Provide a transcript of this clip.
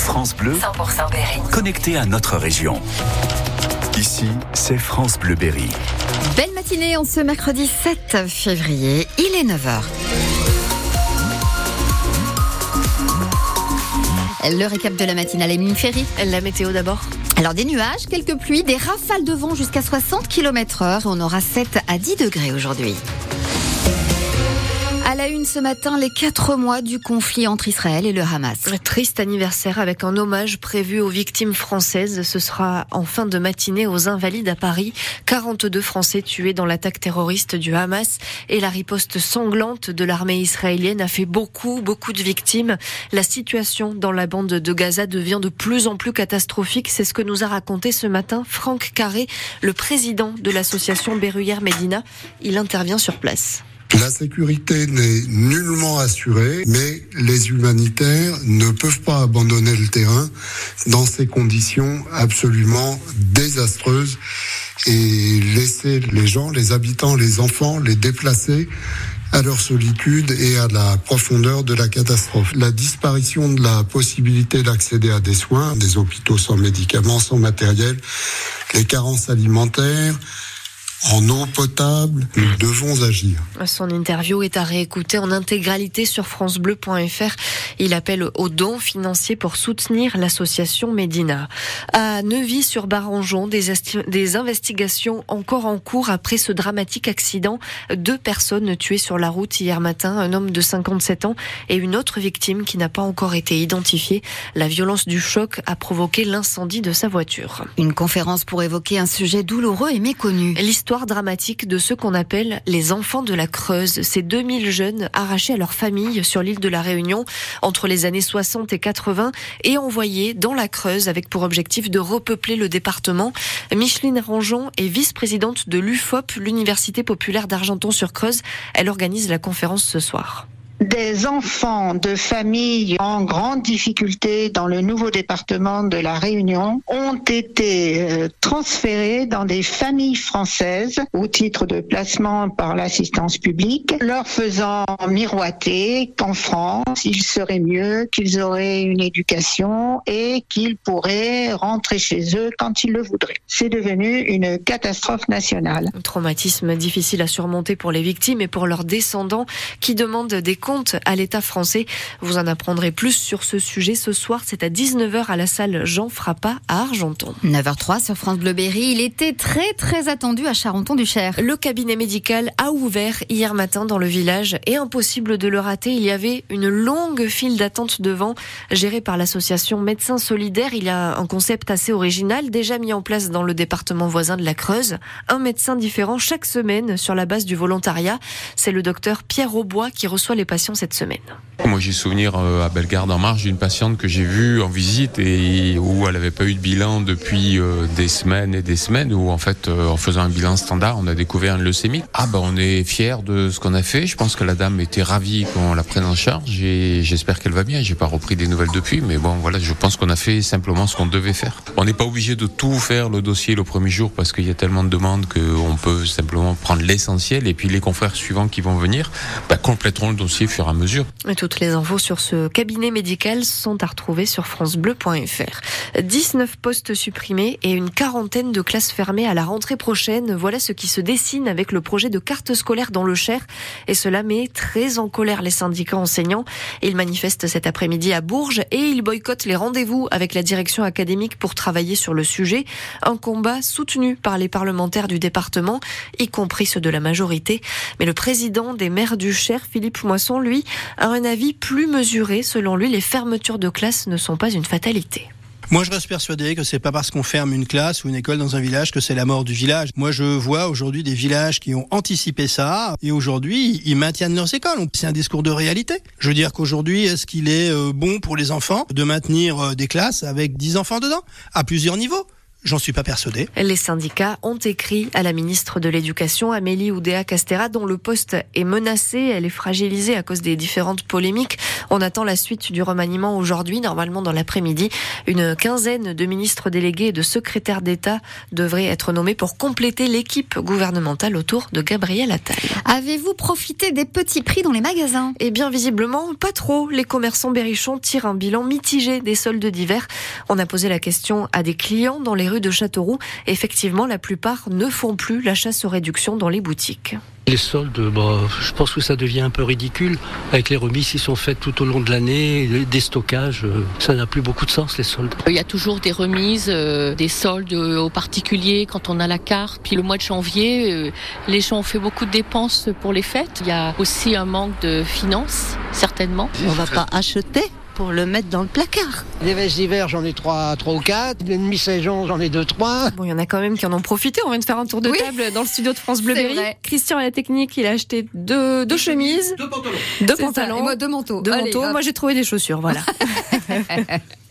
France Bleu, 100% Berry. Connecté à notre région. Ici, c'est France Bleu Berry. Belle matinée en ce mercredi 7 février, il est 9h. Le récap de la matinale, Émeline Ferry. La météo d'abord. Alors des nuages, quelques pluies, des rafales de vent jusqu'à 60 km/h. On aura 7 à 10 degrés aujourd'hui. À la une ce matin, les 4 mois du conflit entre Israël et le Hamas. Un triste anniversaire avec un hommage prévu aux victimes françaises. Ce sera en fin de matinée aux Invalides à Paris. 42 Français tués dans l'attaque terroriste du Hamas. Et la riposte sanglante de l'armée israélienne a fait beaucoup de victimes. La situation dans la bande de Gaza devient de plus en plus catastrophique. C'est ce que nous a raconté ce matin Franck Carré, le président de l'association Berruyer Médina. Il intervient sur place. La sécurité n'est nullement assurée, mais les humanitaires ne peuvent pas abandonner le terrain dans ces conditions absolument désastreuses et laisser les gens, les habitants, les enfants, les déplacés à leur solitude et à la profondeur de la catastrophe. La disparition de la possibilité d'accéder à des soins, des hôpitaux sans médicaments, sans matériel, les carences alimentaires, en eau potable, nous devons agir. Son interview est à réécouter en intégralité sur francebleu.fr. Il appelle aux dons financiers pour soutenir l'association Médina. À Neuvy-sur-Barangeon, des investigations encore en cours après ce dramatique accident. 2 personnes tuées sur la route hier matin, un homme de 57 ans et une autre victime qui n'a pas encore été identifiée. La violence du choc a provoqué l'incendie de sa voiture. Une conférence pour évoquer un sujet douloureux et méconnu. L'histoire dramatique de ceux qu'on appelle les enfants de la Creuse. Ces 2000 jeunes arrachés à leur famille sur l'île de la Réunion entre les années 60 et 80 et envoyés dans la Creuse avec pour objectif de repeupler le département. Micheline Rangeon est vice-présidente de l'UFOP, l'Université populaire d'Argenton-sur-Creuse. Elle organise la conférence ce soir. Des enfants de familles en grande difficulté dans le nouveau département de la Réunion ont été transférés dans des familles françaises au titre de placement par l'assistance publique, leur faisant miroiter qu'en France, il serait mieux, qu'ils auraient une éducation et qu'ils pourraient rentrer chez eux quand ils le voudraient. C'est devenu une catastrophe nationale. Un traumatisme difficile à surmonter pour les victimes et pour leurs descendants qui demandent des compte à l'État français. Vous en apprendrez plus sur ce sujet ce soir. C'est à 19h à la salle Jean Frappat à Argenton. 9h03 sur France Bleu Berry. Il était très attendu à Charenton-du-Cher. Le cabinet médical a ouvert hier matin dans le village et impossible de le rater. Il y avait une longue file d'attente devant, gérée par l'association Médecins Solidaires. Il y a un concept assez original, déjà mis en place dans le département voisin de la Creuse. Un médecin différent chaque semaine sur la base du volontariat. C'est le docteur Pierre Aubois qui reçoit les patients cette semaine. Moi j'ai souvenir à Bellegarde en Marche d'une patiente que j'ai vue en visite et où elle n'avait pas eu de bilan depuis des semaines et des semaines, où en fait en faisant un bilan standard on a découvert une leucémie. On est fiers de ce qu'on a fait. Je pense que la dame était ravie qu'on la prenne en charge et j'espère qu'elle va bien. J'ai pas repris des nouvelles depuis, mais bon voilà, je pense qu'on a fait simplement ce qu'on devait faire. On n'est pas obligé de tout faire le dossier le premier jour parce qu'il y a tellement de demandes qu'on peut simplement prendre l'essentiel et puis les confrères suivants qui vont venir compléteront le dossier au fur et à mesure. Et toutes les infos sur ce cabinet médical sont à retrouver sur francebleu.fr. 19 postes supprimés et une quarantaine de classes fermées à la rentrée prochaine. Voilà ce qui se dessine avec le projet de carte scolaire dans le Cher. Et cela met très en colère les syndicats enseignants. Ils manifestent cet après-midi à Bourges et ils boycottent les rendez-vous avec la direction académique pour travailler sur le sujet. Un combat soutenu par les parlementaires du département, y compris ceux de la majorité. Mais le président des maires du Cher, Philippe Moisson, lui, a un avis plus mesuré. Selon lui, les fermetures de classes ne sont pas une fatalité. Moi, je reste persuadé que c'est pas parce qu'on ferme une classe ou une école dans un village que c'est la mort du village. Moi, je vois aujourd'hui des villages qui ont anticipé ça et aujourd'hui, ils maintiennent leurs écoles. C'est un discours de réalité. Je veux dire qu'aujourd'hui, est-ce qu'il est bon pour les enfants de maintenir des classes avec 10 enfants dedans, à plusieurs niveaux ? J'en suis pas persuadé. Les syndicats ont écrit à la ministre de l'Éducation, Amélie Oudéa-Castéra, dont le poste est menacé. Elle est fragilisée à cause des différentes polémiques. On attend la suite du remaniement aujourd'hui. Normalement, dans l'après-midi, une quinzaine de ministres délégués et de secrétaires d'État devraient être nommés pour compléter l'équipe gouvernementale autour de Gabriel Attal. Avez-vous profité des petits prix dans les magasins ? Eh bien, visiblement, pas trop. Les commerçants berrichons tirent un bilan mitigé des soldes d'hiver. On a posé la question à des clients dans les rues de Châteauroux. Effectivement, la plupart ne font plus la chasse aux réductions dans les boutiques. Les soldes, je pense que ça devient un peu ridicule. Avec les remises qui sont faites tout au long de l'année, les déstockages, ça n'a plus beaucoup de sens, les soldes. Il y a toujours des remises, des soldes aux particuliers quand on a la carte. Puis le mois de janvier, les gens ont fait beaucoup de dépenses pour les fêtes. Il y a aussi un manque de finances, certainement. On ne va pas acheter pour le mettre dans le placard. Les vestes d'hiver, j'en ai 3 ou 4. Les demi-saison, j'en ai 2, 3. Bon, il y en a quand même qui en ont profité. On vient de faire un tour de table dans le studio de France Bleu Berry. Christian à la technique, il a acheté deux chemises, 2 pantalons. Et moi 2 manteaux. Moi, j'ai trouvé des chaussures, voilà.